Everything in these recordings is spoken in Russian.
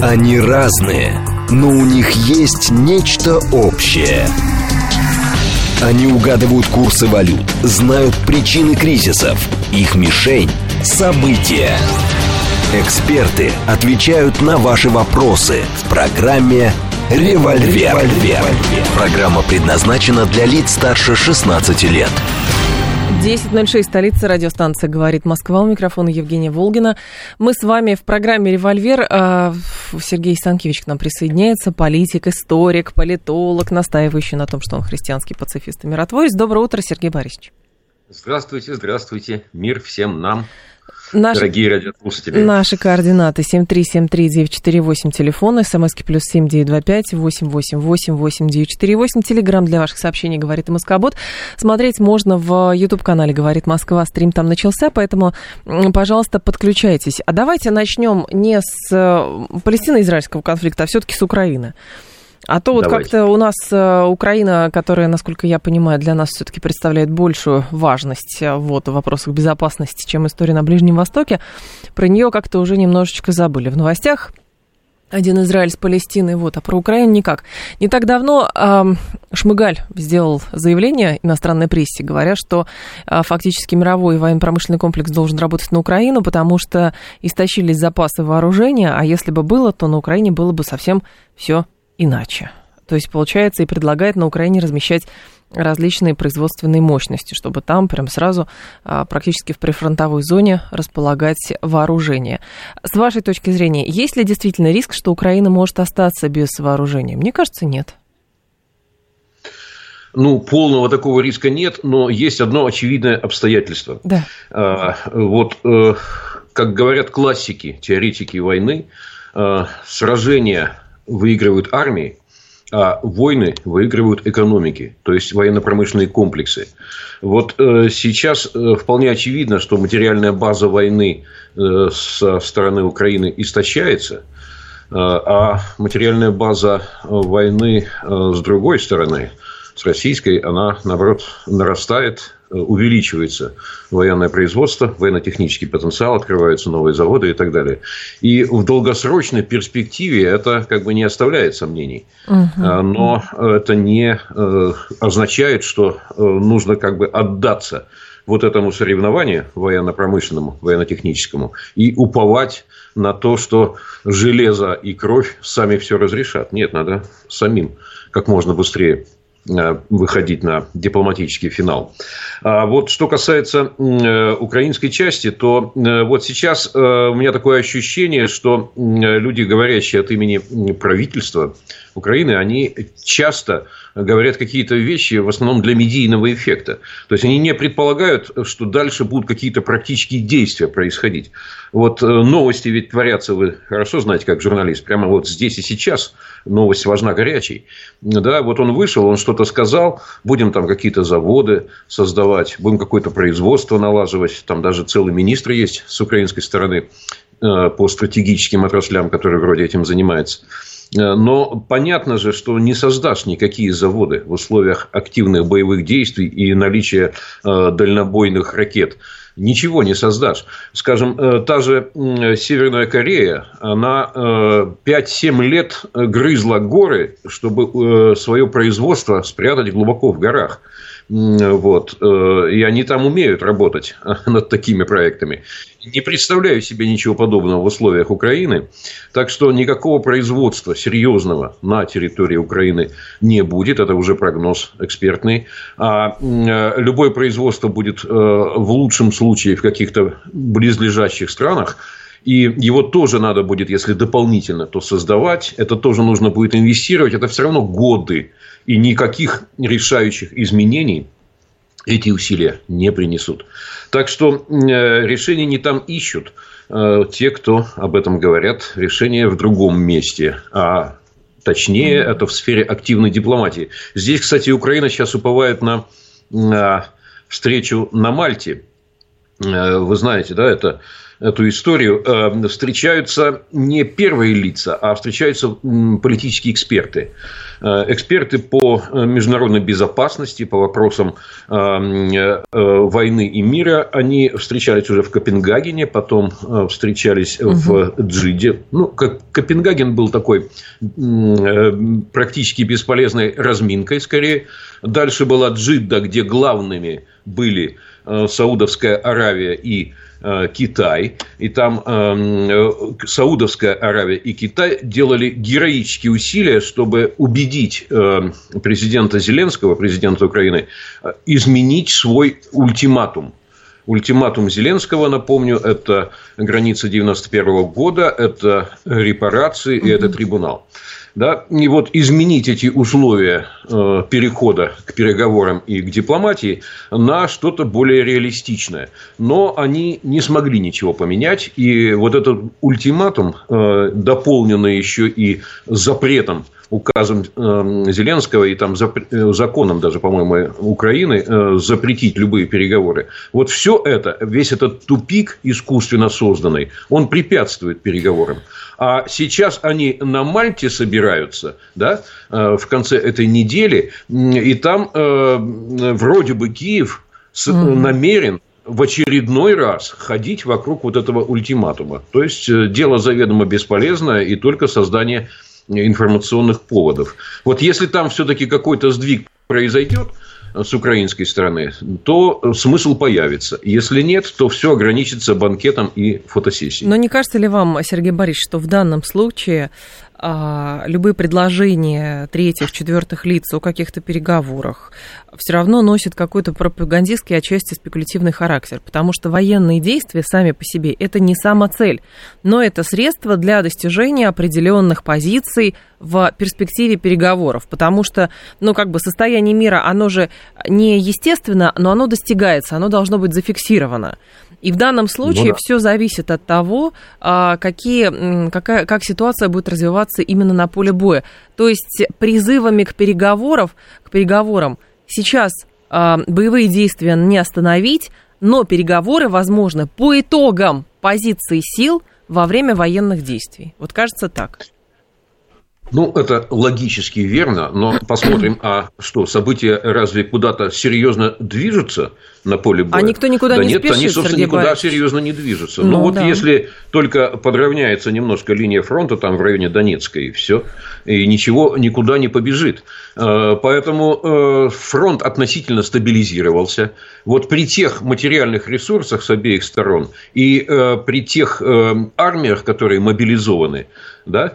Они разные, но у них есть нечто общее. Они угадывают курсы валют, знают причины кризисов. Их мишень – события. Эксперты отвечают на ваши вопросы в программе «Револьвер». Программа предназначена для лиц старше 16 лет. 10:06, столица, радиостанция «Говорит Москва». У микрофона Евгения Волгина. Мы с вами в программе «Револьвер». Сергей Станкевич к нам присоединяется. Политик, историк, политолог, настаивающий на том, что он христианский пацифист и миротворец. Доброе утро, Сергей Борисович. Здравствуйте, здравствуйте. Мир всем нам. Дорогие радиослушатели. Наши координаты 7373948, телефон, смски +7 925 888 8948, телеграм для ваших сообщений «Говорит МСК-бот». Смотреть можно в YouTube-канале «Говорит Москва», стрим там начался, поэтому, пожалуйста, подключайтесь. А давайте начнем не с палестино-израильского конфликта, а все-таки с Украины. А то вот как-то у нас Украина, которая, насколько я понимаю, для нас все-таки представляет большую важность в вопросах безопасности, чем история на Ближнем Востоке, про нее как-то уже немножечко забыли. В новостях один Израиль с Палестиной, а про Украину никак. Не так давно Шмыгаль сделал заявление иностранной прессе, говоря, что фактически мировой военно-промышленный комплекс должен работать на Украину, потому что истощились запасы вооружения, а если бы было, то на Украине было бы совсем все иначе. То есть, получается, и предлагает на Украине размещать различные производственные мощности, чтобы там прям сразу практически в прифронтовой зоне располагать вооружение. С вашей точки зрения, есть ли действительно риск, что Украина может остаться без вооружения? Мне кажется, нет. Полного такого риска нет, но есть одно очевидное обстоятельство. Да. Как говорят классики, теоретики войны, сражения выигрывают армии, а войны выигрывают экономики, то есть военно-промышленные комплексы. Сейчас вполне очевидно, что материальная база войны со стороны Украины истощается, а материальная база войны с другой стороны, с российской, она, наоборот, нарастает, увеличивается военное производство, военно-технический потенциал, открываются новые заводы и так далее. И в долгосрочной перспективе это не оставляет сомнений. Но это не означает, что нужно отдаться этому соревнованию военно-промышленному, военно-техническому и уповать на то, что железо и кровь сами все разрешат. Нет, надо самим как можно быстрее выходить на дипломатический финал. Что касается украинской части, то сейчас у меня такое ощущение, что люди, говорящие от имени правительства Украины, они часто говорят какие-то вещи в основном для медийного эффекта. То есть, они не предполагают, что дальше будут какие-то практические действия происходить. Новости ведь творятся, вы хорошо знаете, как журналист, прямо здесь и сейчас новость важна горячей. Да, он вышел, он что-то сказал, будем там какие-то заводы создавать, будем какое-то производство налаживать, там даже целый министр есть с украинской стороны по стратегическим отраслям, который вроде этим занимается. Но понятно же, что не создашь никакие заводы в условиях активных боевых действий и наличия дальнобойных ракет. Ничего не создашь. Скажем, та же Северная Корея, она 5-7 лет грызла горы, чтобы свое производство спрятать глубоко в горах. И они там умеют работать над такими проектами. Не представляю себе ничего подобного в условиях Украины. Так что никакого производства серьезного на территории Украины не будет. Это уже прогноз экспертный. А любое производство будет в лучшем случае в каких-то близлежащих странах. И его тоже надо будет, если дополнительно, то создавать. Это тоже нужно будет инвестировать. Это все равно годы. И никаких решающих изменений эти усилия не принесут. Так что решения не там ищут те, кто об этом говорят. Решения в другом месте. А точнее, это в сфере активной дипломатии. Здесь, кстати, Украина сейчас уповает на встречу на Мальте. Вы знаете, да, это эту историю, встречаются не первые лица, а встречаются политические эксперты. Эксперты по международной безопасности, по вопросам войны и мира. Они встречались уже в Копенгагене, потом встречались в Джиде. Копенгаген был такой практически бесполезной разминкой, скорее. Дальше была Джидда, где главными были Саудовская Аравия и Китай. И там Саудовская Аравия и Китай делали героические усилия, чтобы убедить президента Зеленского, президента Украины, изменить свой ультиматум. Ультиматум Зеленского, напомню, это граница 1991 года, это репарации и это трибунал. Да? И вот изменить эти условия перехода к переговорам и к дипломатии на что-то более реалистичное. Но они не смогли ничего поменять. И вот этот ультиматум, дополненный еще и запретом, указом Зеленского и там законом даже, по-моему, Украины запретить любые переговоры. Вот все это, весь этот тупик искусственно созданный, он препятствует переговорам. А сейчас они на Мальте собираются, да, в конце этой недели, и там вроде бы Киев намерен в очередной раз ходить вокруг вот этого ультиматума. То есть дело заведомо бесполезное и только создание информационных поводов. Вот если там все-таки какой-то сдвиг произойдет с украинской стороны, то смысл появится. Если нет, то все ограничится банкетом и фотосессией. Но не кажется ли вам, Сергей Борисович, что в данном случае любые предложения третьих, четвертых лиц о каких-то переговорах все равно носят какой-то пропагандистский, отчасти спекулятивный характер, потому что военные действия сами по себе – это не самоцель, но это средство для достижения определенных позиций в перспективе переговоров, потому что, состояние мира, оно же не естественно, но оно достигается, оно должно быть зафиксировано. И в данном случае все зависит от того, как ситуация будет развиваться именно на поле боя. То есть призывами к переговорам сейчас боевые действия не остановить, но переговоры возможны по итогам позиции сил во время военных действий. Вот кажется так. Это логически верно, но посмотрим, события разве куда-то серьезно движутся на поле боя? А никто никуда не спешит, они, собственно, Сергей никуда Борисович. серьезно не движутся. Если только подровняется немножко линия фронта там в районе Донецка, и все, и ничего никуда не побежит. Поэтому фронт относительно стабилизировался. Вот при тех материальных ресурсах с обеих сторон и при тех армиях, которые мобилизованы, да,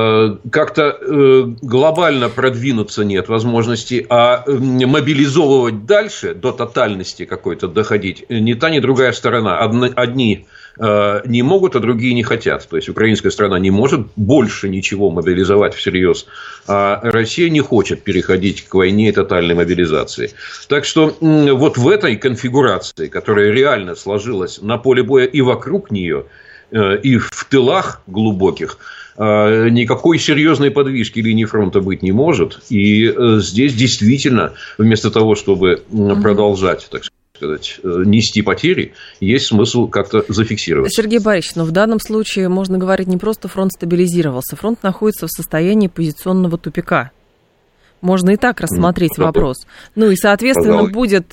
как-то глобально продвинуться нет возможности, а мобилизовывать дальше, до тотальности какой-то доходить, ни та, ни другая сторона. Одни не могут, а другие не хотят. То есть украинская сторона не может больше ничего мобилизовать всерьез, а Россия не хочет переходить к войне и тотальной мобилизации. Так что вот в этой конфигурации, которая реально сложилась на поле боя и вокруг нее, и в тылах глубоких, никакой серьезной подвижки линии фронта быть не может. И здесь действительно, вместо того, чтобы продолжать, так сказать, нести потери, есть смысл как-то зафиксировать. Сергей Борисович, в данном случае можно говорить не просто фронт стабилизировался, фронт находится в состоянии позиционного тупика. Можно и так рассмотреть вопрос. И, соответственно, будет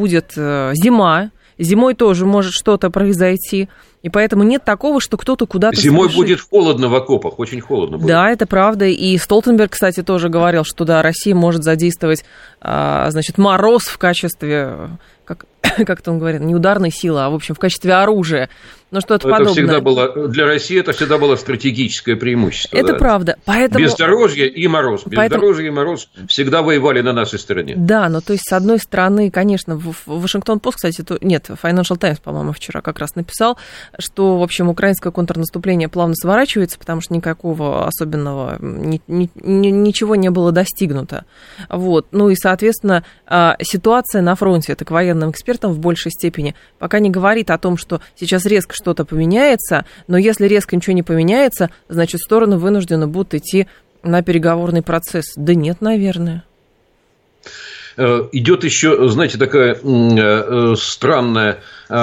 зима. Зимой тоже может что-то произойти. И поэтому нет такого, что кто-то куда-то Зимой спешит. будет холодно в окопах, очень холодно будет. Да, это правда. И Столтенберг, кстати, тоже говорил, что Россия может задействовать, мороз в качестве, как-то он говорит, не ударной силы, а, в общем, в качестве оружия. Что-то подобное. Всегда было, для России это всегда было стратегическое преимущество. Это правда. Поэтому... Бездорожье и мороз. Бездорожье и мороз всегда воевали на нашей стороне. Да, то есть, с одной стороны, конечно, в Вашингтон-Пост, кстати, Financial Times, по-моему, вчера как раз написал, что, в общем, украинское контрнаступление плавно сворачивается, потому что никакого особенного, ничего не было достигнуто. И, соответственно, ситуация на фронте, это к военным экспертам в большей степени, пока не говорит о том, что сейчас резко что-то поменяется, но если резко ничего не поменяется, значит, стороны вынуждены будут идти на переговорный процесс. Да нет, наверное. идет еще, знаете, такая странная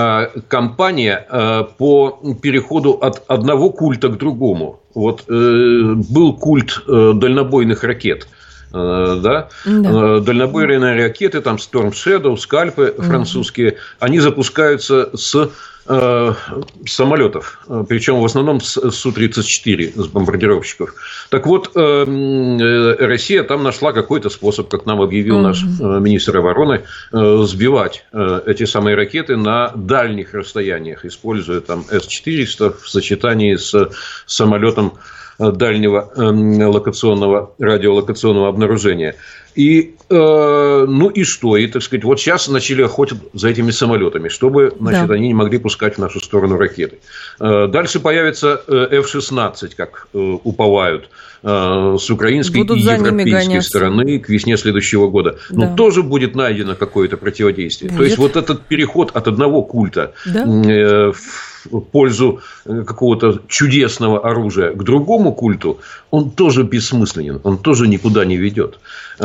кампания по переходу от одного культа к другому. Вот был культ дальнобойных ракет. Да? Дальнобойные ракеты, там Storm Shadow, скальпы французские, они запускаются с самолетов, причем в основном с Су-34, с бомбардировщиков. Так вот, Россия там нашла какой-то способ, как нам объявил наш министр обороны, сбивать эти самые ракеты на дальних расстояниях, используя там С-400 в сочетании с самолетом дальнего локационного, радиолокационного обнаружения. И, ну и что? И, так сказать, вот сейчас начали охотиться за этими самолетами, чтобы, значит, они не могли пускать в нашу сторону ракеты. Дальше появится F-16, как уповают, с украинской и европейской стороны к весне следующего года. Но тоже будет найдено какое-то противодействие. То есть, вот этот переход от одного культа в пользу какого-то чудесного оружия к другому культу, он тоже бессмысленен, он тоже никуда не ведет.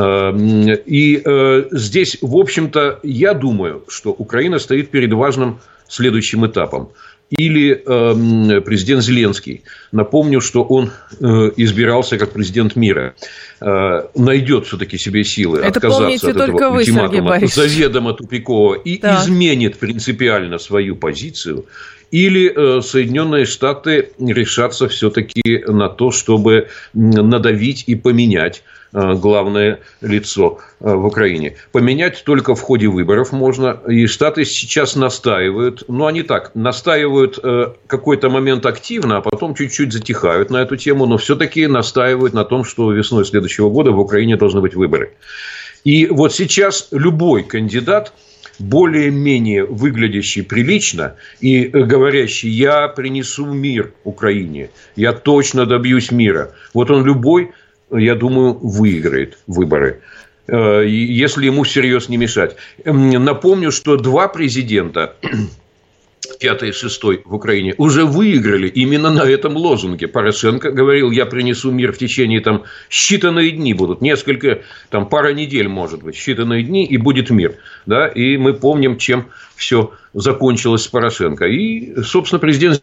И здесь, в общем-то, я думаю, что Украина стоит перед важным следующим этапом. Или президент Зеленский, напомню, что он избирался как президент мира, найдет все-таки себе силы отказаться от этого ультиматума заведомо тупикового и изменит принципиально свою позицию. Или Соединенные Штаты решатся все-таки на то, чтобы надавить и поменять главное лицо в Украине. Поменять только в ходе выборов можно. И Штаты сейчас настаивают. Ну, они так, настаивают какой-то момент активно, а потом чуть-чуть затихают на эту тему. Но все-таки настаивают на том, что весной следующего года в Украине должны быть выборы. И вот сейчас любой кандидат, более-менее выглядящий прилично и говорящий: я принесу мир Украине, я точно добьюсь мира. Вот он любой, я думаю, выиграет выборы, если ему всерьез не мешать. Напомню, что два президента, 5-й и 6-й в Украине, уже выиграли именно на этом лозунге. Порошенко говорил: я принесу мир в течение там считанные дни будут, несколько, там пара недель, может быть, считанные дни, и будет мир. Да? И мы помним, чем все закончилось с Порошенко. И, собственно, президент...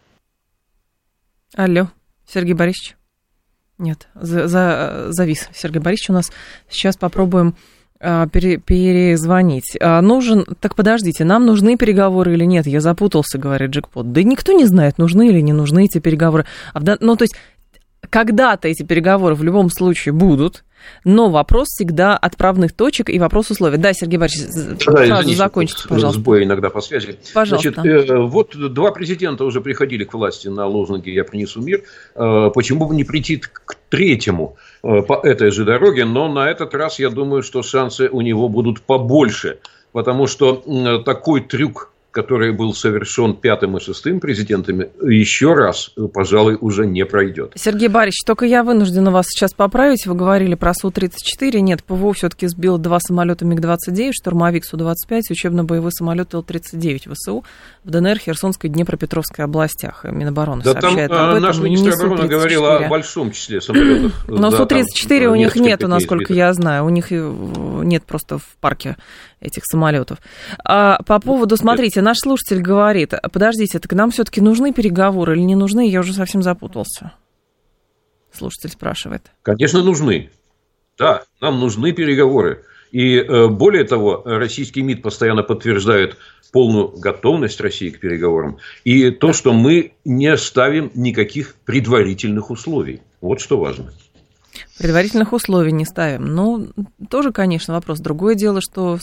Алло, Сергей Борисович. Нет, завис Сергей Борисович у нас. Сейчас попробуем перезвонить. Нужен... Так подождите, нам нужны переговоры или нет? Я запутался, говорит Джекпот. Да никто не знает, нужны или не нужны эти переговоры. Ну, то есть, когда-то эти переговоры в любом случае будут, но вопрос всегда отправных точек и вопрос условий. Да, Сергей Борисович, сразу закончите, пожалуйста. Сбой иногда по связи. Пожалуйста. Значит, вот два президента уже приходили к власти на лозунге «Я принесу мир». Почему бы не прийти к третьему по этой же дороге? Но на этот раз, я думаю, что шансы у него будут побольше. Потому что такой трюк, который был совершен 5-м и 6-м президентами, еще раз, пожалуй, уже не пройдет. Сергей Борисович, только я вынуждена вас сейчас поправить. Вы говорили про Су-34. Нет, ПВО все-таки сбило 2 самолета МиГ-29, штурмовик Су-25, учебно-боевой самолет Ил-39 ВСУ в ДНР, Херсонской, Днепропетровской областях. Минобороны сообщает об этом. Наш министр обороны говорил о большом числе самолетов. Но Су-34 у них нету, насколько я знаю. У них нет просто в парке этих самолетов. По поводу, смотрите, наш слушатель говорит: подождите, так нам все-таки нужны переговоры или не нужны? Я уже совсем запутался. Слушатель спрашивает. Конечно, нужны. Да, нам нужны переговоры. И более того, российский МИД постоянно подтверждает полную готовность России к переговорам. И то, что мы не ставим никаких предварительных условий. Вот что важно. Предварительных условий не ставим. Ну, тоже, конечно, вопрос. Другое дело, что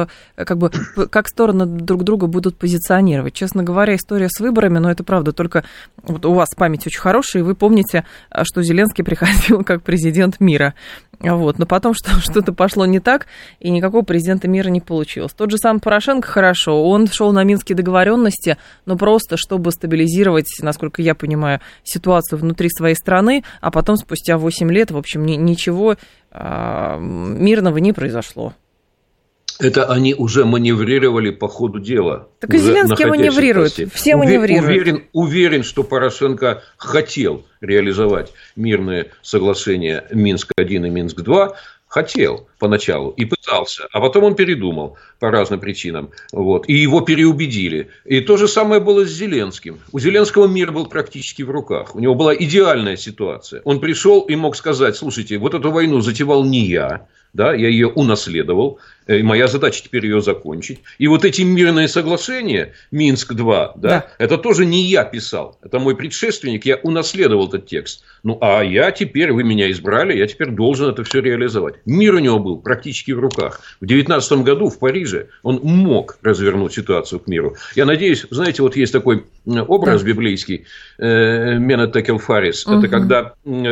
как стороны друг друга будут позиционировать. Честно говоря, история с выборами, но это правда, только вот у вас память очень хорошая, и вы помните, что Зеленский приходил как президент мира. Вот. Но потом что-то пошло не так, и никакого президента мира не получилось. Тот же самый Порошенко, хорошо, он шел на минские договоренности, но просто чтобы стабилизировать, насколько я понимаю, ситуацию внутри своей страны, а потом спустя 8 лет, в общем, ничего мирного не произошло. Это они уже маневрировали по ходу дела. Так и Зеленский маневрирует, все маневрируют. Уверен, что Порошенко хотел реализовать мирные соглашения Минск-1 и Минск-2, Хотел поначалу и пытался, а потом он передумал по разным причинам. Вот, и его переубедили. И то же самое было с Зеленским. У Зеленского мир был практически в руках. У него была идеальная ситуация. Он пришел и мог сказать: слушайте, вот эту войну затевал не я. Да, я ее унаследовал, и моя задача теперь ее закончить. И вот эти мирные соглашения, Минск-2, да, это тоже не я писал. Это мой предшественник, я унаследовал этот текст. Ну, а я теперь, вы меня избрали, я теперь должен это все реализовать. Мир у него был практически в руках. В 19 году в Париже он мог развернуть ситуацию к миру. Я надеюсь, знаете, вот есть такой образ библейский, Мене Текел Фарис. Это когда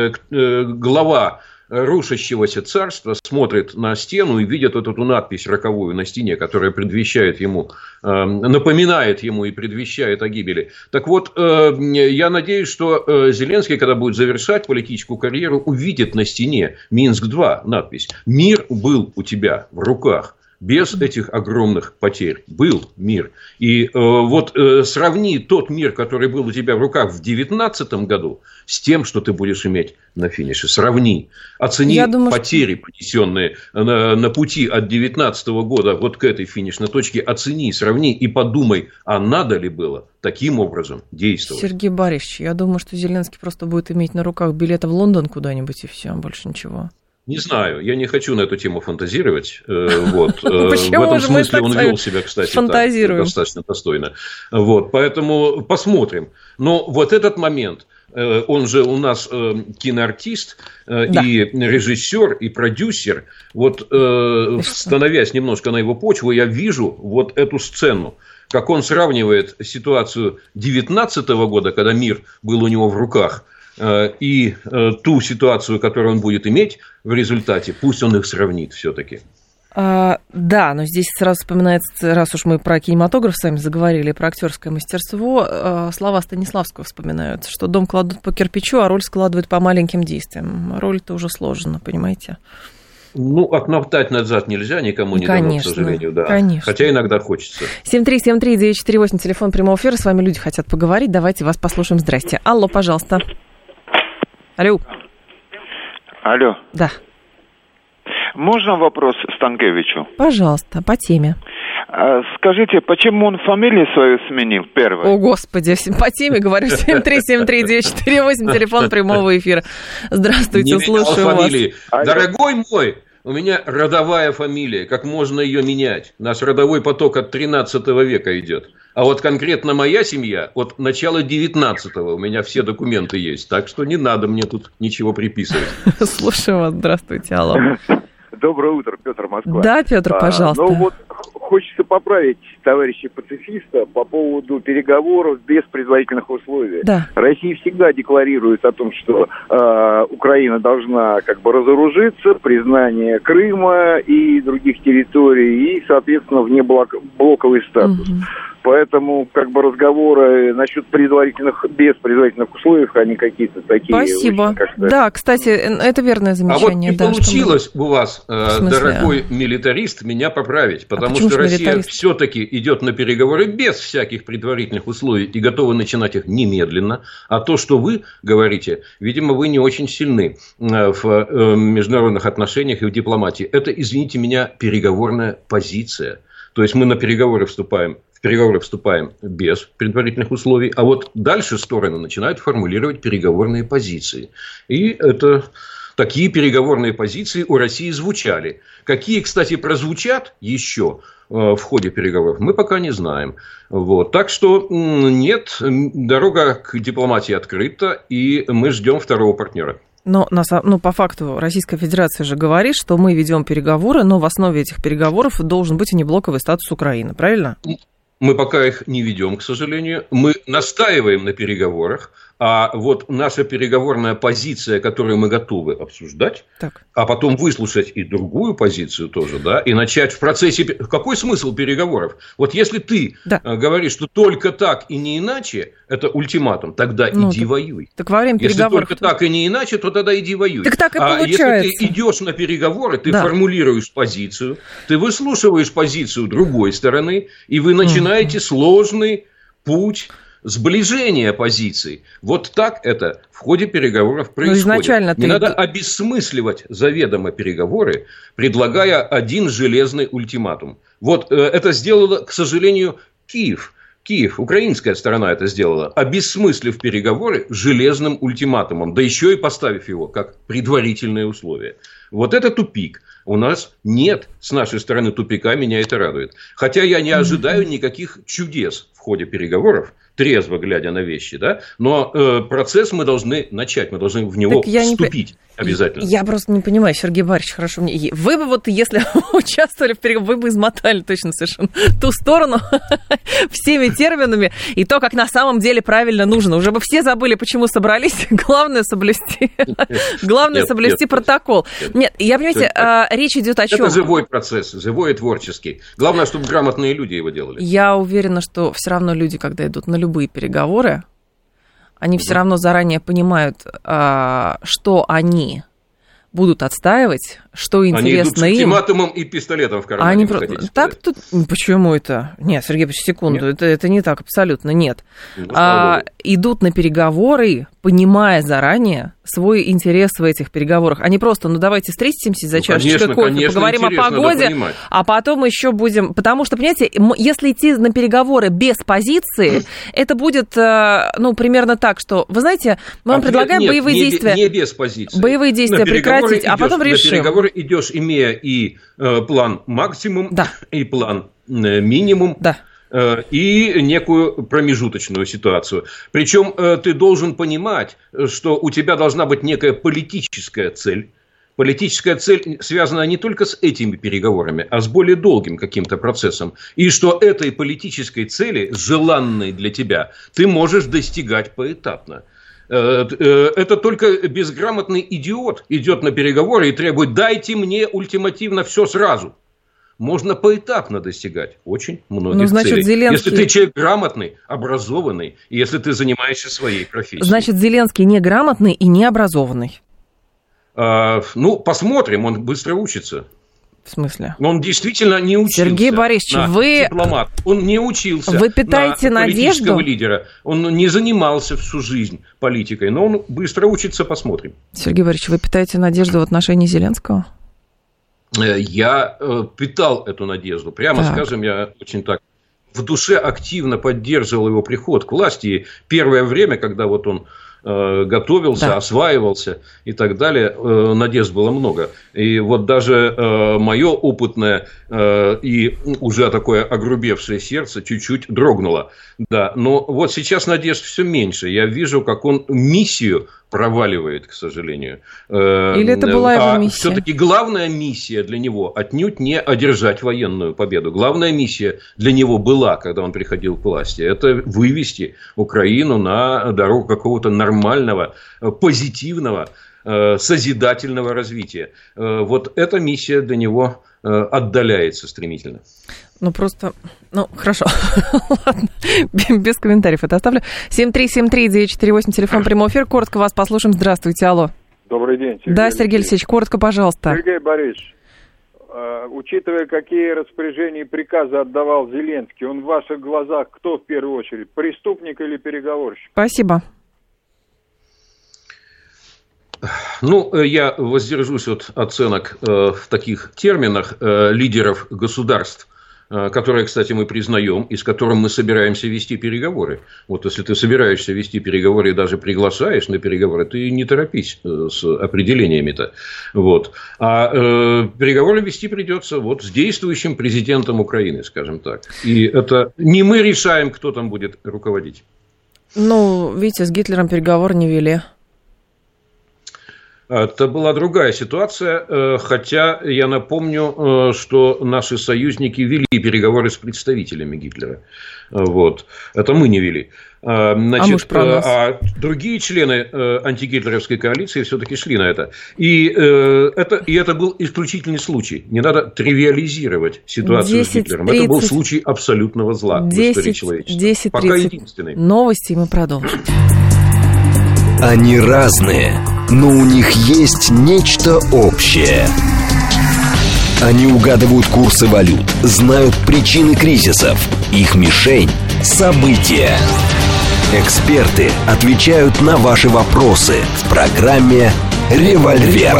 глава рушащегося царства смотрит на стену и видит вот эту надпись роковую на стене, которая предвещает ему, напоминает ему и предвещает о гибели. Так вот, я надеюсь, что Зеленский, когда будет завершать политическую карьеру, увидит на стене Минск-2 надпись: «Мир был у тебя в руках». Без этих огромных потерь был мир. И вот сравни тот мир, который был у тебя в руках в 2019 году, с тем, что ты будешь иметь на финише. Сравни. Оцени потери, понесенные на пути от 2019 года вот к этой финишной точке. Оцени, сравни и подумай, а надо ли было таким образом действовать. Сергей Борисович, я думаю, что Зеленский просто будет иметь на руках билеты в Лондон куда-нибудь и все, больше ничего. Не знаю, я не хочу на эту тему фантазировать. Вот. В этом смысле он вел себя, кстати, так, достаточно достойно. Вот. Поэтому посмотрим. Но вот этот момент, он же у нас киноартист, и режиссер, и продюсер. Вот, становясь немножко на его почву, я вижу вот эту сцену. Как он сравнивает ситуацию 2019 года, когда мир был у него в руках, и ту ситуацию, которую он будет иметь в результате, пусть он их сравнит все-таки. Да, но здесь сразу вспоминается, раз уж мы про кинематограф с вами заговорили, про актерское мастерство, слова Станиславского вспоминаются, что дом кладут по кирпичу, а роль складывают по маленьким действиям. Роль-то уже сложена, понимаете? Ну, отмотать назад нельзя, никому не дано, к сожалению. Да. Конечно. Хотя иногда хочется. 7373948, телефон прямого эфира, с вами люди хотят поговорить, давайте вас послушаем. Здрасте. Алло, пожалуйста. Алло. Алло. Да. Можно вопрос Станкевичу? Пожалуйста, по теме. Скажите, почему он фамилию свою сменил первой? О, Господи, по теме, говорю, 7373948, телефон прямого эфира. Здравствуйте, слушаю вас. Дорогой мой, у меня родовая фамилия, как можно ее менять? Наш родовой поток от 13 века идет. А вот конкретно моя семья от начала 19-го, у меня все документы есть. Так что не надо мне тут ничего приписывать. Слушаю вас, здравствуйте, алло. Доброе утро, Петр, Москва. Да, Петр, пожалуйста. Ну вот хочется поправить товарища пацифиста по поводу переговоров без предварительных условий. Да. Россия всегда декларирует о том, что Украина должна как бы разоружиться, признание Крыма и других территорий, и, соответственно, внеблоковый статус. Угу. Поэтому как бы разговоры насчет без предварительных условий, они какие-то такие. Спасибо. Да, кстати, это верное замечание. А вот не получилось у вас, дорогой милитарист, меня поправить, потому что Россия все-таки идет на переговоры без всяких предварительных условий и готова начинать их немедленно. А то, что вы говорите, видимо, вы не очень сильны в международных отношениях и в дипломатии. Это, извините меня, переговорная позиция. То есть мы на переговоры вступаем без предварительных условий, а вот дальше стороны начинают формулировать переговорные позиции. И это такие переговорные позиции у России звучали. Какие, кстати, прозвучат еще в ходе переговоров, мы пока не знаем. Вот. Так что нет, дорога к дипломатии открыта, и мы ждем второго партнера. Но по факту Российская Федерация же говорит, что мы ведем переговоры, но в основе этих переговоров должен быть внеблоковый статус Украины, правильно? Мы пока их не ведем, к сожалению. Мы настаиваем на переговорах, а вот наша переговорная позиция, которую мы готовы обсуждать, а потом выслушать и другую позицию тоже, да, и начать в процессе... Какой смысл переговоров? Вот если ты говоришь, что только так и не иначе, это ультиматум, тогда иди воюй. Так во время переговоров... Если только так и не иначе, то тогда иди воюй. Так и получается. А если ты идешь на переговоры, ты формулируешь позицию, ты выслушиваешь позицию другой стороны, и вы начинаете сложный путь сближение позиций. Вот так это в ходе переговоров происходит. Не надо обесмысливать заведомо переговоры, предлагая один железный ультиматум. Вот это сделало, к сожалению, Киев, украинская сторона это сделала, обесмыслив переговоры железным ультиматумом, да еще и поставив его как предварительное условие. Вот это тупик. У нас нет с нашей стороны тупика, меня это радует. Хотя я не ожидаю никаких чудес в ходе переговоров, трезво глядя на вещи, да? Но процесс мы должны начать, мы должны в него вступить обязательно. Я просто не понимаю, Сергей Борисович, хорошо, вы бы вот, если участвовали в переговорах, вы бы измотали точно совершенно ту сторону всеми терминами и то, как на самом деле правильно нужно. Уже бы все забыли, почему собрались. Главное соблюсти протокол. Нет, я, понимаете, речь идет о чем? Это живой процесс, живой и творческий. Главное, чтобы грамотные люди его делали. Я уверена, что все равно люди, когда идут на любые переговоры, они все равно заранее понимают, что они будут отстаивать, что интересно им. Они идут с ультиматумом и пистолетом в кармане. Так тут... Почему это? Нет, Сергей Борисович, секунду. Это не так, абсолютно нет. Идут на переговоры, понимая заранее свой интерес в этих переговорах. Они просто, давайте встретимся за чашечкой кофе, поговорим о погоде, а потом еще будем... Потому что, понимаете, если идти на переговоры без позиции, это будет, примерно так, что, вы знаете, мы вам предлагаем боевые действия... Не без позиции. Боевые действия прекратить, а потом решим. На переговоры идешь, имея и план максимум, и план минимум. Да. И некую промежуточную ситуацию. Причем ты должен понимать, что у тебя должна быть некая политическая цель. Политическая цель связана не только с этими переговорами, а с более долгим каким-то процессом. И что этой политической цели, желанной для тебя, ты можешь достигать поэтапно. Это только безграмотный идиот идет на переговоры и требует: дайте мне ультимативно все сразу. Можно поэтапно достигать очень многих целей. Зеленский... Если ты человек грамотный, образованный, и если ты занимаешься своей профессией. Значит, Зеленский неграмотный и необразованный. Посмотрим, он быстро учится. В смысле? Он действительно не учился. Сергей Борисович, вы... дипломат. Он не учился. Вы питаете на политического надежду? Лидера. Он не занимался всю жизнь политикой, но он быстро учится, посмотрим. Сергей Борисович, вы питаете надежду в отношении Зеленского? Я питал эту надежду. Прямо скажем, я очень так в душе активно поддерживал его приход к власти. И первое время, когда вот он готовился, осваивался и так далее, надежд было много. И вот даже мое опытное и уже такое огрубевшее сердце чуть-чуть дрогнуло. Да, но вот сейчас надежд все меньше. Я вижу, как он миссию проваливает, к сожалению. Или это была его миссия? Все-таки главная миссия для него отнюдь не одержать военную победу. Главная миссия для него была, когда он приходил к власти, это вывести Украину на дорогу какого-то нормального, позитивного, созидательного развития. Вот эта миссия для него отдаляется стремительно. Хорошо. Ладно, без комментариев это оставлю. 7373948, телефон прямого эфира. Коротко вас послушаем. Здравствуйте, алло. Добрый день, Сергей. Да, Сергей Алексеевич, коротко, пожалуйста. Сергей Борисович, учитывая, какие распоряжения и приказы отдавал Зеленский, он в ваших глазах кто в первую очередь, преступник или переговорщик? Спасибо. Я воздержусь от оценок в таких терминах лидеров государств, которые, кстати, мы признаем, и с которым мы собираемся вести переговоры. Вот если ты собираешься вести переговоры и даже приглашаешь на переговоры, ты не торопись с определениями-то. Вот. А переговоры вести придется вот с действующим президентом Украины, скажем так. И это не мы решаем, кто там будет руководить. Видите, с Гитлером переговоры не вели. Это была другая ситуация, хотя я напомню, что наши союзники вели переговоры с представителями Гитлера. Вот. Это мы не вели. А другие члены антигитлеровской коалиции все-таки шли на это. И это был исключительный случай. Не надо тривиализировать ситуацию с Гитлером. Это был случай абсолютного зла в истории человечества. Пока единственный. Новости, и мы продолжим. Они разные, но у них есть нечто общее. Они угадывают курсы валют, знают причины кризисов. Их мишень – события. Эксперты отвечают на ваши вопросы в программе «Револьвер».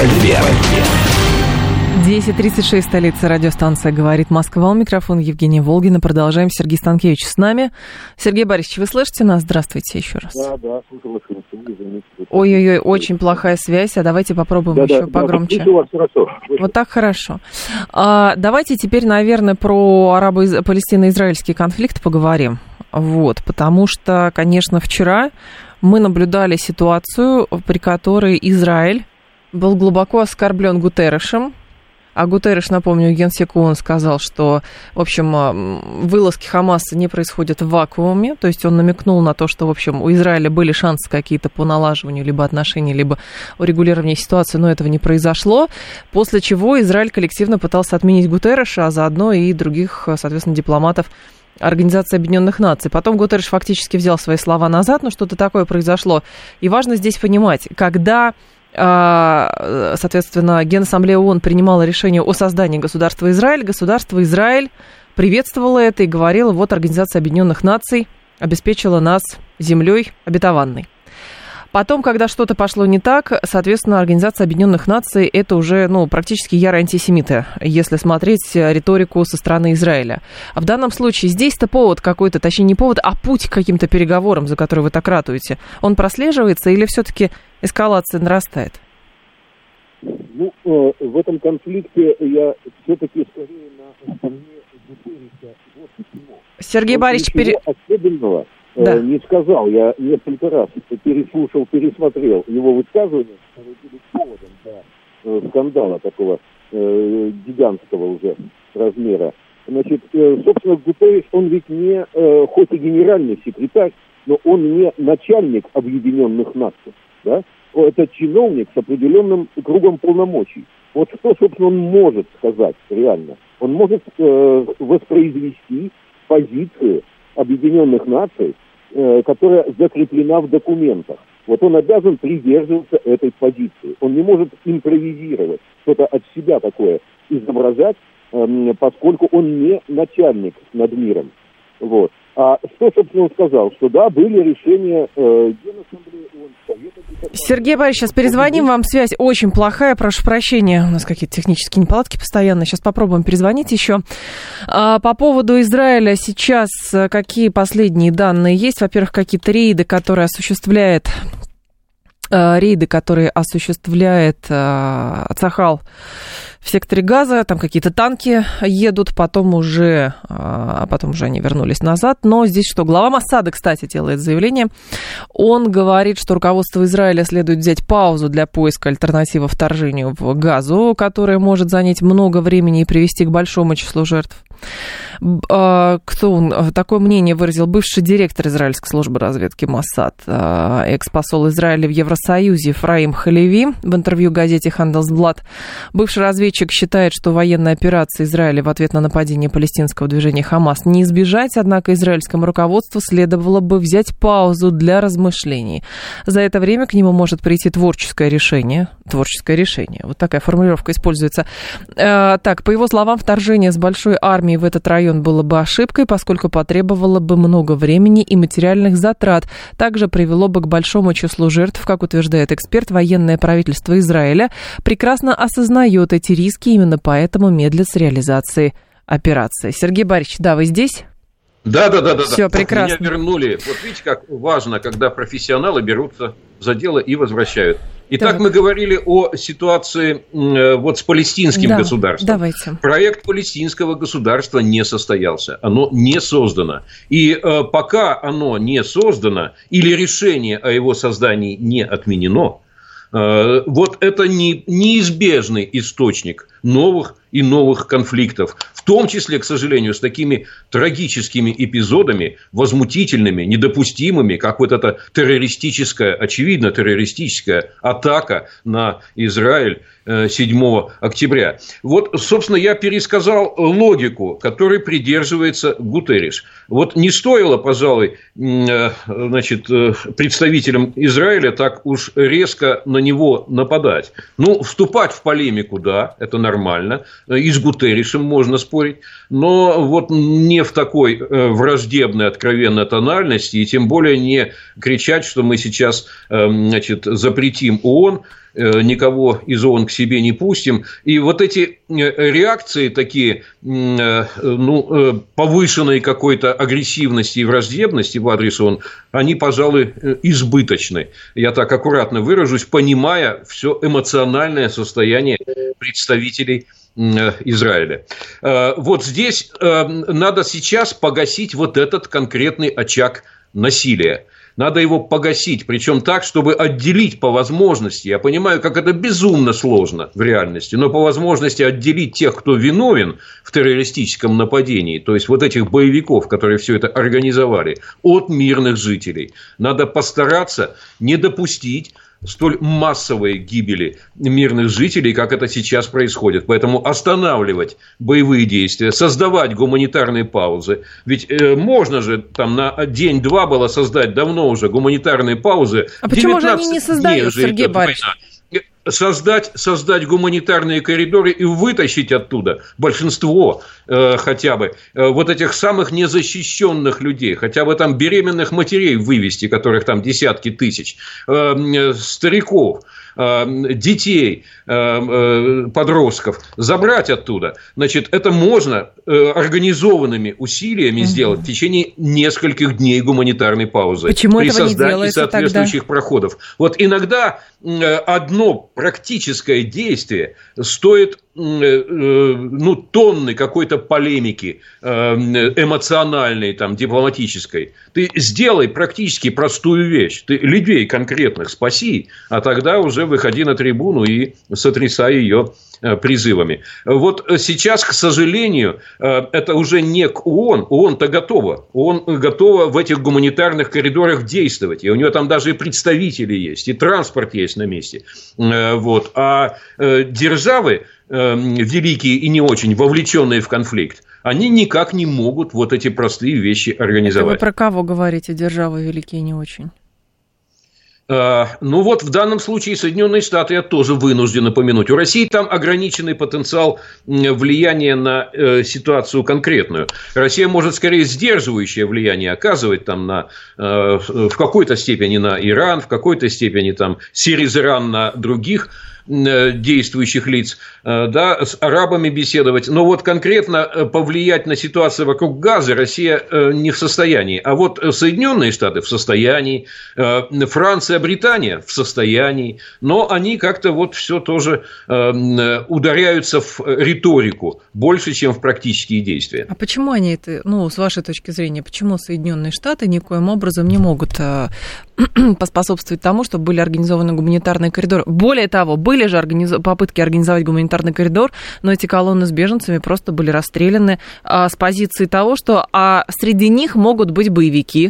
10:36, столица, радиостанция «Говорит Москва». У микрофона Евгения Волгина. Продолжаем. Сергей Станкевич с нами. Сергей Борисович, вы слышите нас? Здравствуйте еще раз. Да, слушаю вас. Ой-ой-ой, очень плохая связь. А давайте попробуем еще погромче. Хорошо. Вот так хорошо. Давайте теперь, наверное, про арабо-палестино-израильский конфликт поговорим. Вот, потому что, конечно, вчера мы наблюдали ситуацию, при которой Израиль был глубоко оскорблен Гутерришем. А Гутерриш, напомню, генсек ООН сказал, что, в общем, вылазки Хамаса не происходят в вакууме. То есть он намекнул на то, что, в общем, у Израиля были шансы какие-то по налаживанию либо отношений, либо урегулированию ситуации, но этого не произошло. После чего Израиль коллективно пытался отменить Гутерриша, а заодно и других, соответственно, дипломатов Организации Объединенных Наций. Потом Гутерриш фактически взял свои слова назад, но что-то такое произошло. И важно здесь понимать, когда, соответственно, Генассамблея ООН принимала решение о создании государства Израиль приветствовало это и говорило, вот Организация Объединенных Наций обеспечила нас землей обетованной. Потом, когда что-то пошло не так, соответственно, Организация Объединенных Наций это уже, практически ярые антисемиты, если смотреть риторику со стороны Израиля. А в данном случае здесь-то повод какой-то, точнее не повод, а путь к каким-то переговорам, за которые вы так ратуете, он прослеживается или все-таки эскалация нарастает? В этом конфликте я все-таки скорее на стороне Гутерриша. Вот почему. Сергей Борисович, особенного да. Не сказал. Я несколько раз переслушал, пересмотрел его высказывания, которые были поводом для скандала такого гигантского уже размера. Значит, собственно, Гутерриш, он ведь не, хоть и генеральный секретарь, но он не начальник Объединенных Наций, да? Это чиновник с определенным кругом полномочий. Вот что, собственно, он может сказать реально? Он может воспроизвести позицию Объединенных Наций, которая закреплена в документах. Вот он обязан придерживаться этой позиции. Он не может импровизировать, что-то от себя такое изображать, поскольку он не начальник над миром. Вот. А что, собственно, он сказал? Что да, были решения Генассамблеи ООН, Совета Безопасности. Сергей Борисович, сейчас перезвоним, вам связь очень плохая, прошу прощения, у нас какие-то технические неполадки постоянно, сейчас попробуем перезвонить еще. По поводу Израиля сейчас какие последние данные есть? Во-первых, какие-то рейды, которые осуществляет Цахал в секторе Газа, там какие-то танки едут, потом уже они вернулись назад. Но здесь что? Глава Моссада, кстати, делает заявление. Он говорит, что руководство Израиля следует взять паузу для поиска альтернативы вторжению в Газу, которая может занять много времени и привести к большому числу жертв. Такое мнение выразил бывший директор израильской службы разведки Моссад, экс-посол Израиля в Евросоюзе Ефраим Халеви в интервью газете Handelsblatt. Бывший разведчик считает, что военная операция Израиля в ответ на нападение палестинского движения Хамас не избежать, однако израильскому руководству следовало бы взять паузу для размышлений. За это время к нему может прийти творческое решение. Вот такая формулировка используется. Так, по его словам, вторжение с большой армией в этот район было бы ошибкой, поскольку потребовало бы много времени и материальных затрат. Также привело бы к большому числу жертв. Как утверждает эксперт, военное правительство Израиля прекрасно осознает эти риски, именно поэтому медлит с реализацией операции. Сергей Борисович, да, вы здесь? Да. Все, прекрасно. Меня вернули. Вот видите, как важно, когда профессионалы берутся за дело и возвращают. Итак, мы говорили о ситуации с палестинским государством. Давайте. Проект палестинского государства не состоялся. Оно не создано. И пока оно не создано, или решение о его создании не отменено, вот это неизбежный источник новых и новых конфликтов, в том числе, к сожалению, с такими трагическими эпизодами, возмутительными, недопустимыми, как вот эта очевидно террористическая атака на Израиль 7 октября. Вот, собственно, я пересказал логику, которой придерживается Гутерриш. Вот не стоило, пожалуй, представителям Израиля так уж резко на него нападать. Вступать в полемику, да, это нормально. нормально, и с Гутерришем можно спорить, но вот не в такой враждебной, откровенной тональности, и тем более не кричать, что мы сейчас, значит, запретим ООН, никого из ООН к себе не пустим. И вот эти реакции такие, повышенной какой-то агрессивности и враждебности в адрес ООН, они, пожалуй, избыточны. Я так аккуратно выражусь, понимая все эмоциональное состояние представителей Израиля. Вот здесь надо сейчас погасить вот этот конкретный очаг насилия. Надо его погасить, причем так, чтобы отделить по возможности. Я понимаю, как это безумно сложно в реальности, но по возможности отделить тех, кто виновен в террористическом нападении, то есть вот этих боевиков, которые все это организовали, от мирных жителей. Надо постараться не допустить столь массовой гибели мирных жителей, как это сейчас происходит. Поэтому останавливать боевые действия, создавать гуманитарные паузы. Ведь можно же там на день-два было создать давно уже гуманитарные паузы. А почему же они не создают, Сергей Борисович? Создать гуманитарные коридоры и вытащить оттуда большинство хотя бы вот этих самых незащищенных людей, хотя бы там беременных матерей вывести, которых там десятки тысяч, стариков, детей, подростков, забрать оттуда. Значит, это можно организованными усилиями сделать в течение нескольких дней гуманитарной паузы. Почему при этого не создании делается соответствующих тогда? проходов. Вот иногда одно практическое действие стоит тонны какой-то полемики эмоциональной, там, дипломатической. Ты сделай практически простую вещь. Ты людей конкретных спаси, а тогда уже выходи на трибуну и сотрясай ее призывами. Вот сейчас, к сожалению, это уже не к ООН. ООН-то готова. ООН готова в этих гуманитарных коридорах действовать. И у нее там даже и представители есть, и транспорт есть на месте. Вот. А державы, великие и не очень вовлеченные в конфликт, они никак не могут вот эти простые вещи организовать. Это вы про кого говорите, державы великие и не очень? Ну вот в данном случае Соединенные Штаты я тоже вынужден упомянуть. У России там ограниченный потенциал влияния на ситуацию конкретную. Россия может скорее сдерживающее влияние оказывать там в какой-то степени на Иран, в какой-то степени там через Иран на других действующих лиц, да, с арабами беседовать. Но вот конкретно повлиять на ситуацию вокруг Газы Россия не в состоянии. А вот Соединенные Штаты в состоянии, Франция, Британия в состоянии, но они как-то вот все тоже ударяются в риторику больше, чем в практические действия. А почему они это, с вашей точки зрения, почему Соединенные Штаты никоим образом не могут поспособствовать тому, чтобы были организованы гуманитарные коридоры? Более того, были же попытки организовать гуманитарный коридор, но эти колонны с беженцами просто были расстреляны с позиции того, что среди них могут быть боевики.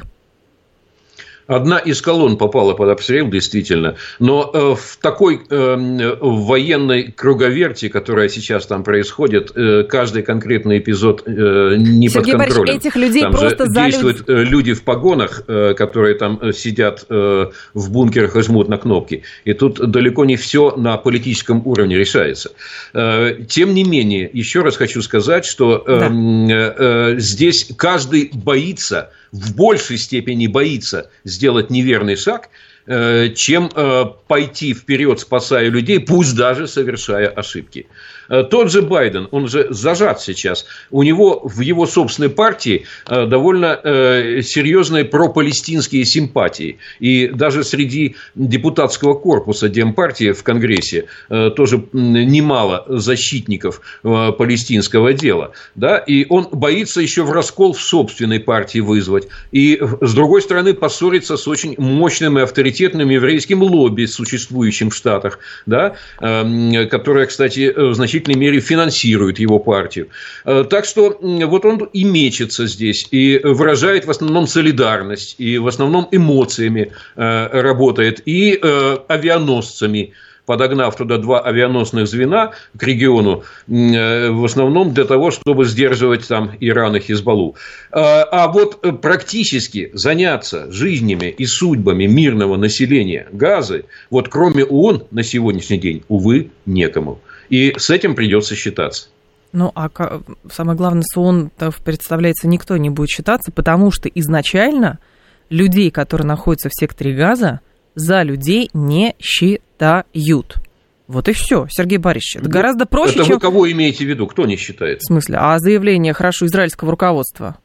Одна из колонн попала под обстрел, действительно, но в такой военной круговерти, которая сейчас там происходит, каждый конкретный эпизод не Сергей под контролем. Борисович, этих людей там просто же действуют люди в погонах, которые там сидят в бункерах и жмут на кнопки. И тут далеко не все на политическом уровне решается. Тем не менее, еще раз хочу сказать, что здесь каждый боится, в большей степени боится сделать неверный шаг, чем пойти вперед, спасая людей, пусть даже совершая ошибки. Тот же Байден, он же зажат сейчас. У него в его собственной партии довольно серьезные пропалестинские симпатии. И даже среди депутатского корпуса Демпартии в Конгрессе тоже немало защитников палестинского дела. Да? И он боится еще в раскол в собственной партии вызвать. И, с другой стороны, поссориться с очень мощным и авторитетным еврейским лобби, существующим в Штатах, да? Которое, кстати, в значительной мере финансирует его партию. Так что вот он и мечется здесь, и выражает в основном солидарность, и в основном эмоциями работает, и авианосцами подогнав туда 2 авианосных звена к региону, в основном для того, чтобы сдерживать там Иран и Хизбаллу. А вот практически заняться жизнями и судьбами мирного населения Газы, вот кроме ООН на сегодняшний день, увы, некому. И с этим придется считаться. Ну, а самое главное, с ООН, представляется, никто не будет считаться, потому что изначально людей, которые находятся в секторе Газа, за людей не считают. Вот и все, Сергей Борисович. Это гораздо проще, чем... Это вы кого имеете в виду? Кто не считает? В смысле? А заявление, хорошо, израильского руководства?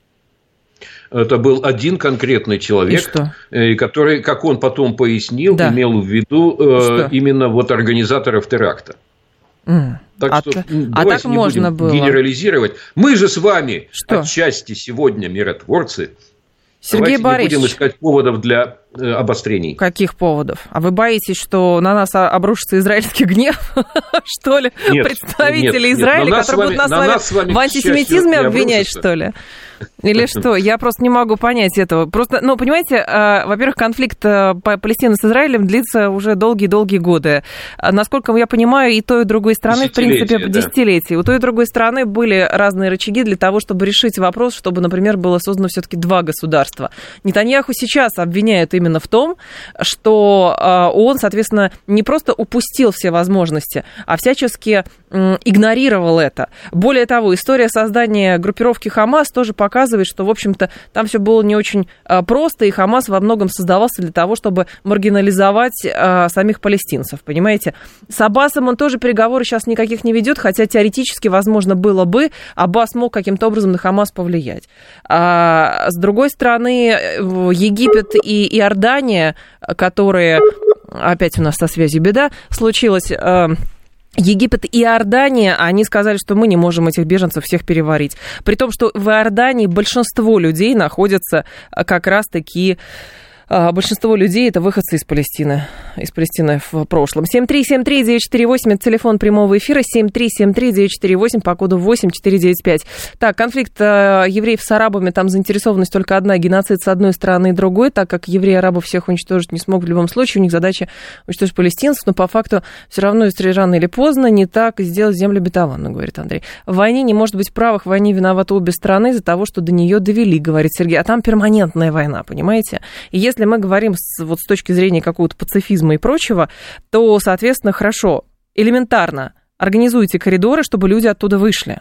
Это был один конкретный человек, который, как он потом пояснил, имел в виду именно вот организаторов теракта. Так что давайте не будем генерализировать. Мы же с вами отчасти сегодня миротворцы. Сергей Борисович, не будем искать поводов для обострений. Каких поводов? А вы боитесь, что на нас обрушится израильский гнев, что ли? Нет, представители Израиля, которые будут нас с вами в антисемитизме обвинять, что ли? Или что? Я просто не могу понять этого. Просто, ну, понимаете, во-первых, конфликт Палестины с Израилем длится уже долгие-долгие годы. Насколько я понимаю, и той, и другой стороны, в принципе, десятилетия. У той и другой стороны были разные рычаги для того, чтобы решить вопрос, чтобы, например, было создано все-таки 2 государства. Нетаньяху сейчас обвиняют именно в том, что он, соответственно, не просто упустил все возможности, а всячески игнорировал это. Более того, история создания группировки Хамас тоже показывает, что, в общем-то, там все было не очень просто, и Хамас во многом создавался для того, чтобы маргинализовать самих палестинцев, понимаете? С Аббасом он тоже переговоры сейчас никаких не ведет, хотя теоретически, возможно, было бы, Аббас мог каким-то образом на Хамас повлиять. А с другой стороны, Египет и Иордания, которые, опять у нас со связью беда, случилось... Египет и Иордания, они сказали, что мы не можем этих беженцев всех переварить. При том, что в Иордании большинство людей находятся как раз-таки... Большинство людей – это выходцы из Палестины в прошлом. 7373948 – это телефон прямого эфира, 7373948 по коду 8495. Так, конфликт евреев с арабами, там заинтересованность только одна – геноцид с одной стороны и другой, так как евреи арабов всех уничтожить не смогут в любом случае, у них задача уничтожить палестинцев, но по факту все равно, если рано или поздно, не так сделать землю обетованную, говорит Андрей. В войне не может быть правых, в войне виноваты обе стороны из-за того, что до нее довели, говорит Сергей. А там перманентная война, понимаете? И если мы говорим с точки зрения какого-то пацифизма и прочего, то, соответственно, хорошо, элементарно организуйте коридоры, чтобы люди оттуда вышли.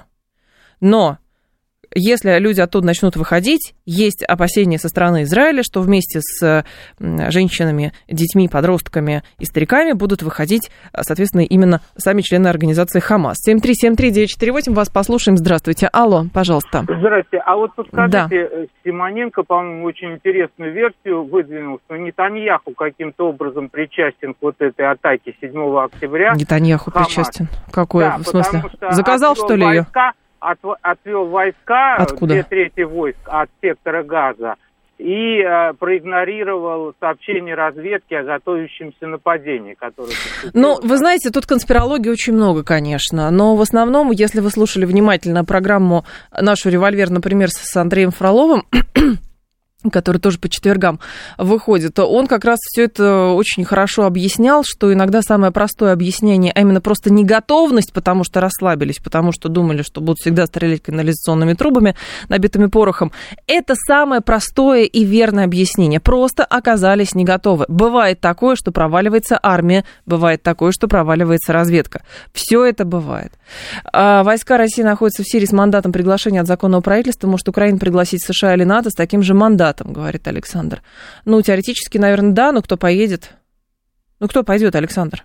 Но если люди оттуда начнут выходить, есть опасения со стороны Израиля, что вместе с женщинами, детьми, подростками и стариками будут выходить, соответственно, именно сами члены организации Хамас. 7373948, вас послушаем. Здравствуйте. Алло, пожалуйста. Здравствуйте. А вот подскажите, Симоненко, по-моему, очень интересную версию выдвинул, что Нетаньяху каким-то образом причастен к вот этой атаке 7 октября. Нетаньяху причастен? Какой, в смысле? Заказал, что ли, ее? Отвел войска, откуда? 2/3 войск от сектора Газа, и проигнорировал сообщение разведки о готовящемся нападении, которое... Ну, вы знаете, тут конспирологии очень много, конечно, но в основном, если вы слушали внимательно программу нашу «Револьвер», например, с Андреем Фроловым, который тоже по четвергам выходит, он как раз все это очень хорошо объяснял, что иногда самое простое объяснение, а именно просто неготовность, потому что расслабились, потому что думали, что будут всегда стрелять канализационными трубами, набитыми порохом, это самое простое и верное объяснение. Просто оказались не готовы. Бывает такое, что проваливается армия, бывает такое, что проваливается разведка. Все это бывает. Войска России находятся в Сирии с мандатом приглашения от законного правительства. Может, Украина пригласить США или НАТО с таким же мандатом, говорит Александр. Ну, теоретически, наверное, да, но кто поедет? Ну, кто пойдет, Александр,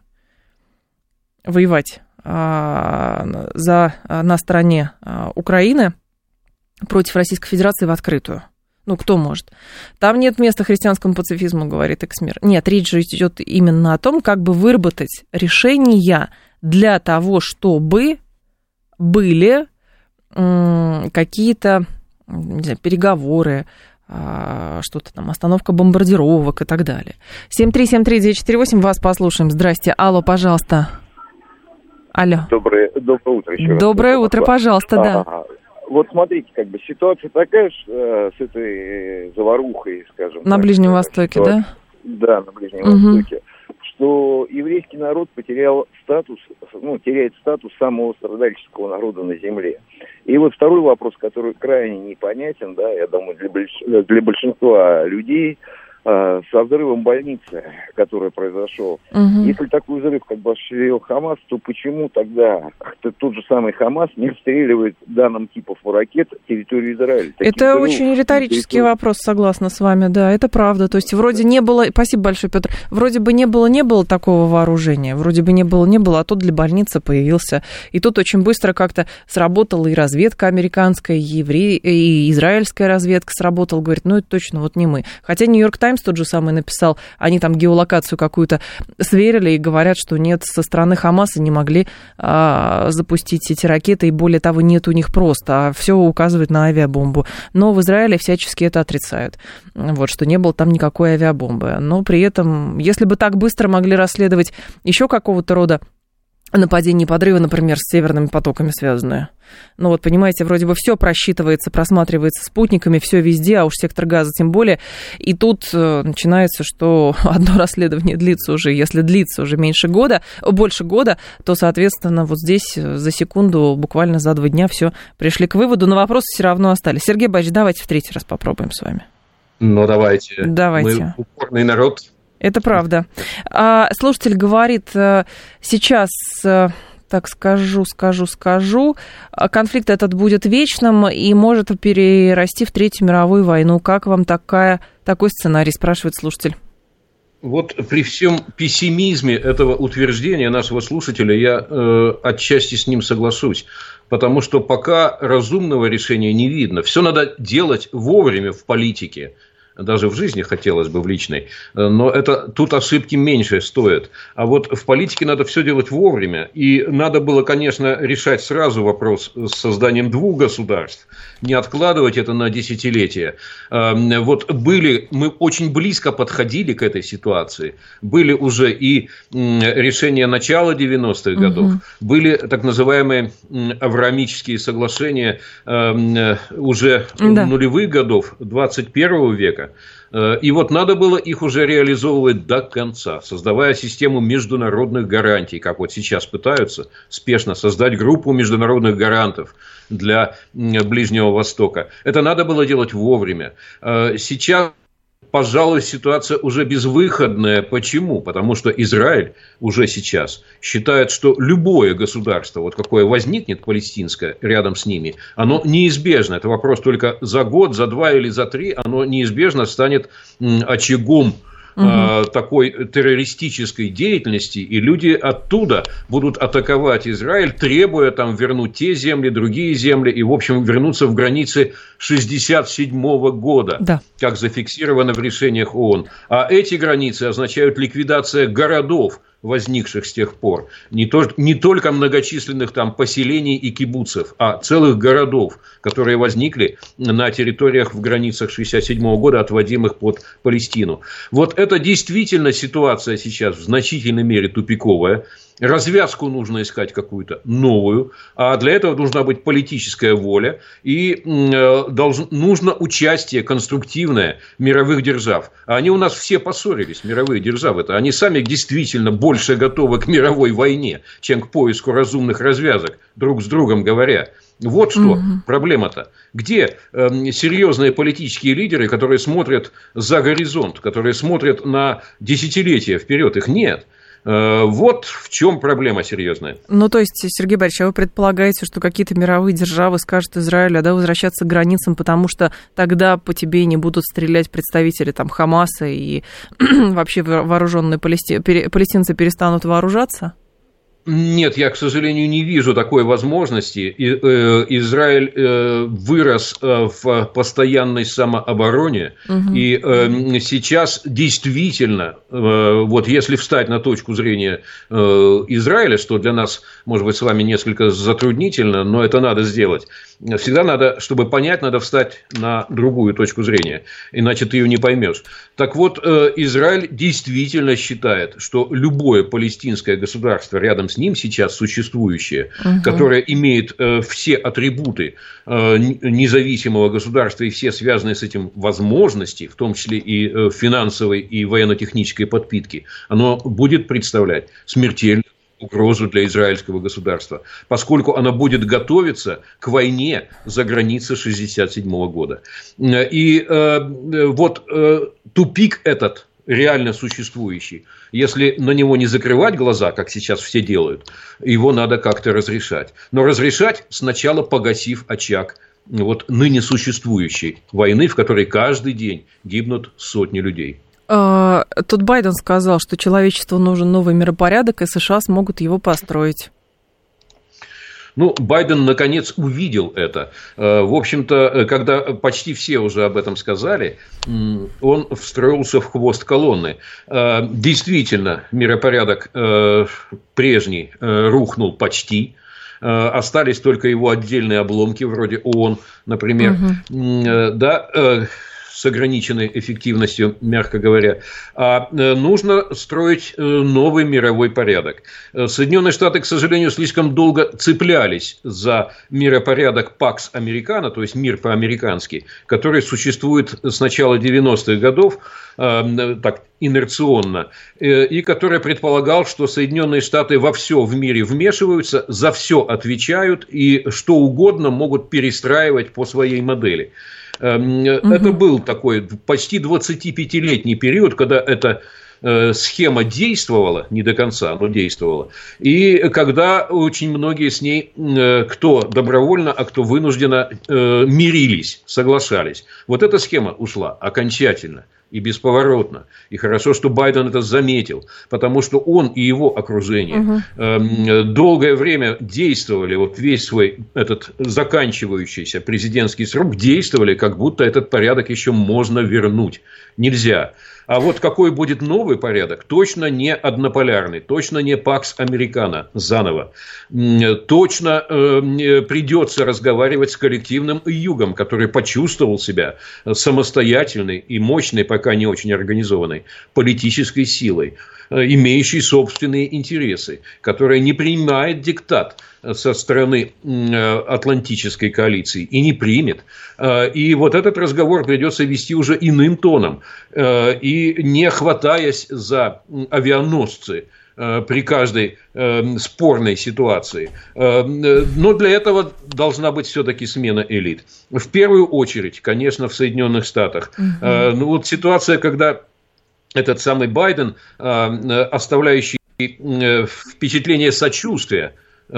воевать на стороне Украины против Российской Федерации в открытую? Ну, кто может? Там нет места христианскому пацифизму, говорит Эксмир. Нет, речь же идет именно о том, как бы выработать решения для того, чтобы были какие-то, не знаю, переговоры, что-то там, остановка бомбардировок и так далее. 7373948, вас послушаем. Здрасте. Алло, пожалуйста. Алло. Доброе утро еще. Доброе утро, пожалуйста, да. Вот смотрите, как бы ситуация такая с этой заварухой, скажем на так, Ближнем Востоке, да? Да, на Ближнем Востоке. Что что еврейский народ потерял статус, теряет статус самого страдальческого народа на земле. И вот второй вопрос, который крайне непонятен, да, я думаю, для большинства людей, со взрывом больницы, который произошел. Если такой взрыв как бы осуществил Хамас, то почему тогда тот же самый Хамас не обстреливает данным типов ракет территорию Израиля? Это очень риторический вопрос, согласна с вами, да, это правда. То есть вроде не было, спасибо большое, Петр, вроде бы не было такого вооружения, вроде бы не было, а тут для больницы появился. И тут очень быстро как-то сработала и разведка американская, и израильская разведка сработала, говорит, это точно вот не мы. Хотя Нью-Йорк Таймс тот же самый написал, они там геолокацию какую-то сверили и говорят, что нет, со стороны Хамаса не могли запустить эти ракеты, и более того, нет у них просто, а все указывает на авиабомбу. Но в Израиле всячески это отрицают, вот, что не было там никакой авиабомбы. Но при этом, если бы так быстро могли расследовать еще какого-то рода нападение и подрывы, например, с северными потоками связанные. Понимаете, вроде бы все просчитывается, просматривается спутниками, все везде, а уж сектор Газа тем более. И тут начинается, что одно расследование длится уже, если длится уже больше года, то, соответственно, вот здесь за секунду, буквально за 2 дня все пришли к выводу, но вопросы все равно остались. Сергей Борисович, давайте в 3-й раз попробуем с вами. Давайте. Мы упорный народ. Это правда. Слушатель говорит, сейчас, так скажу, конфликт этот будет вечным и может перерасти в Третью мировую войну. Как вам такой сценарий, спрашивает слушатель. Вот при всем пессимизме этого утверждения нашего слушателя я отчасти с ним соглашусь. Потому что пока разумного решения не видно. Все надо делать вовремя в политике. Даже в жизни хотелось бы, в личной, но тут ошибки меньше стоят. А вот в политике надо все делать вовремя. И надо было, конечно, решать сразу вопрос с созданием 2 государств, не откладывать это на десятилетия. Мы очень близко подходили к этой ситуации. Были уже и решения начала 90-х годов, были так называемые авраамические соглашения уже нулевых годов 21 века. И вот надо было их уже реализовывать до конца, создавая систему международных гарантий, как вот сейчас пытаются спешно создать группу международных гарантов для Ближнего Востока. Это надо было делать вовремя. Сейчас, пожалуй, ситуация уже безвыходная. Почему? Потому что Израиль уже сейчас считает, что любое государство, вот какое возникнет палестинское рядом с ними, оно неизбежно. Это вопрос только за год, за 2 или за 3, оно неизбежно станет очагом такой террористической деятельности, и люди оттуда будут атаковать Израиль, требуя там вернуть те земли, другие земли, и, в общем, вернуться в границы 1967 года, как зафиксировано в решениях ООН. А эти границы означают ликвидация городов, возникших с тех пор. Не только многочисленных там поселений и кибуцев, а целых городов, которые возникли на территориях в границах 1967 года, отводимых под Палестину. Вот это действительно ситуация сейчас в значительной мере тупиковая. Развязку нужно искать какую-то новую, а для этого должна быть политическая воля и нужно участие конструктивное мировых держав. А они у нас все поссорились, мировые державы-то. Они сами действительно больше готовы к мировой войне, чем к поиску разумных развязок, друг с другом говоря. Вот что проблема-то. Где серьезные политические лидеры, которые смотрят за горизонт, которые смотрят на десятилетия вперед? Их нет. Вот в чем проблема серьезная. То есть, Сергей Борисович, а вы предполагаете, что какие-то мировые державы скажут Израилю, возвращаться к границам, потому что тогда по тебе не будут стрелять представители там Хамаса и вообще вооруженные палестинцы перестанут вооружаться? Нет, я, к сожалению, не вижу такой возможности. Израиль вырос в постоянной самообороне, и сейчас действительно, вот если встать на точку зрения Израиля, что для нас, может быть, с вами несколько затруднительно, но это надо сделать. Всегда надо, чтобы понять, надо встать на другую точку зрения, иначе ты ее не поймешь. Так вот, Израиль действительно считает, что любое палестинское государство рядом с с ним сейчас существующая, которая имеет все атрибуты независимого государства и все связанные с этим возможности, в том числе и финансовой и военно-технической подпитки, оно будет представлять смертельную угрозу для израильского государства, поскольку она будет готовиться к войне за границей 1967 года. И вот тупик этот реально существующий, если на него не закрывать глаза, как сейчас все делают, его надо как-то разрешать. Но разрешать сначала погасив очаг вот ныне существующей войны, в которой каждый день гибнут сотни людей. Тут Байден сказал, что человечеству нужен новый миропорядок, и США смогут его построить. Ну, Байден, наконец, увидел это. В общем-то, когда почти все уже об этом сказали, он встроился в хвост колонны. Действительно, миропорядок прежний рухнул почти. Остались только его отдельные обломки, вроде ООН, например. Да, с ограниченной эффективностью, мягко говоря, а нужно строить новый мировой порядок. Соединенные Штаты, к сожалению, слишком долго цеплялись за миропорядок Pax Americana, то есть мир по-американски, который существует с начала 90-х годов, так инерционно, и который предполагал, что Соединенные Штаты во все в мире вмешиваются, за все отвечают и что угодно могут перестраивать по своей модели. Это был такой почти 25-летний период, когда эта схема действовала, не до конца, но действовала, и когда очень многие с ней, кто добровольно, а кто вынужденно, мирились, соглашались. Вот эта схема ушла окончательно и бесповоротно. И хорошо, что Байден это заметил, потому что он и его окружение долгое время действовали, вот весь свой этот заканчивающийся президентский срок действовали, как будто этот порядок еще можно вернуть. Нельзя. А вот какой будет новый порядок, точно не однополярный, точно не Pax Americana заново. Точно придется разговаривать с коллективным югом, который почувствовал себя самостоятельной и мощной, пока не очень организованной политической силой, имеющей собственные интересы, которая не принимает диктат со стороны Атлантической коалиции и не примет. И вот этот разговор придется вести уже иным тоном и не хватаясь за авианосцы при каждой спорной ситуации. Но для этого должна быть все-таки смена элит. В первую очередь, конечно, в Соединенных Штатах. Ну, вот ситуация, когда этот самый Байден, оставляющий впечатление сочувствия,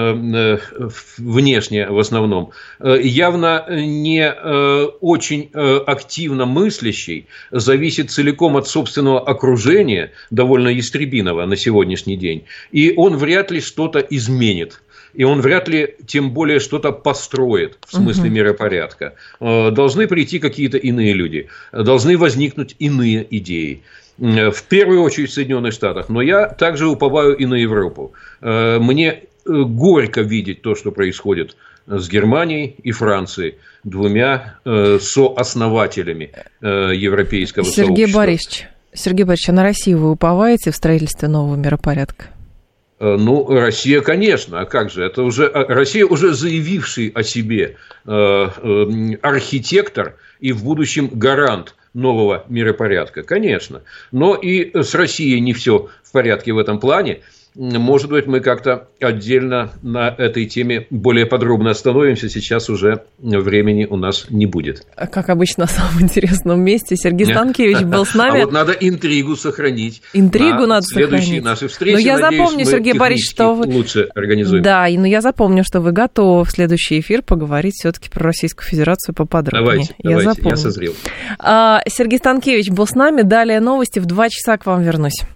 внешне в основном, явно не очень активно мыслящий, зависит целиком от собственного окружения, довольно ястребиного на сегодняшний день, и он вряд ли что-то изменит. И он вряд ли, тем более, что-то построит в смысле миропорядка. Должны прийти какие-то иные люди, должны возникнуть иные идеи. В первую очередь в Соединенных Штатах, но я также уповаю и на Европу. Мне горько видеть то, что происходит с Германией и Францией, двумя сооснователями европейского сообщества. Сергей Борисович, а на Россию вы уповаете в строительстве нового миропорядка? Ну, Россия, конечно, а как же? Это уже Россия, уже заявивший о себе архитектор и в будущем гарант нового миропорядка, конечно. Но и с Россией не все в порядке в этом плане. Может быть, мы как-то отдельно на этой теме более подробно остановимся. Сейчас уже времени у нас не будет. Как обычно, на самом интересном месте. Сергей Станкевич был с нами. А вот надо интригу сохранить. Интригу надо сохранить. Следующие наши встречи, но я запомню, Сергей Борисович, что вы лучше организуем. Да, но я запомню, что вы готовы в следующий эфир поговорить все-таки про Российскую Федерацию поподробнее. Давайте, я созрел. Сергей Станкевич был с нами. Далее новости. В 2 часа к вам вернусь.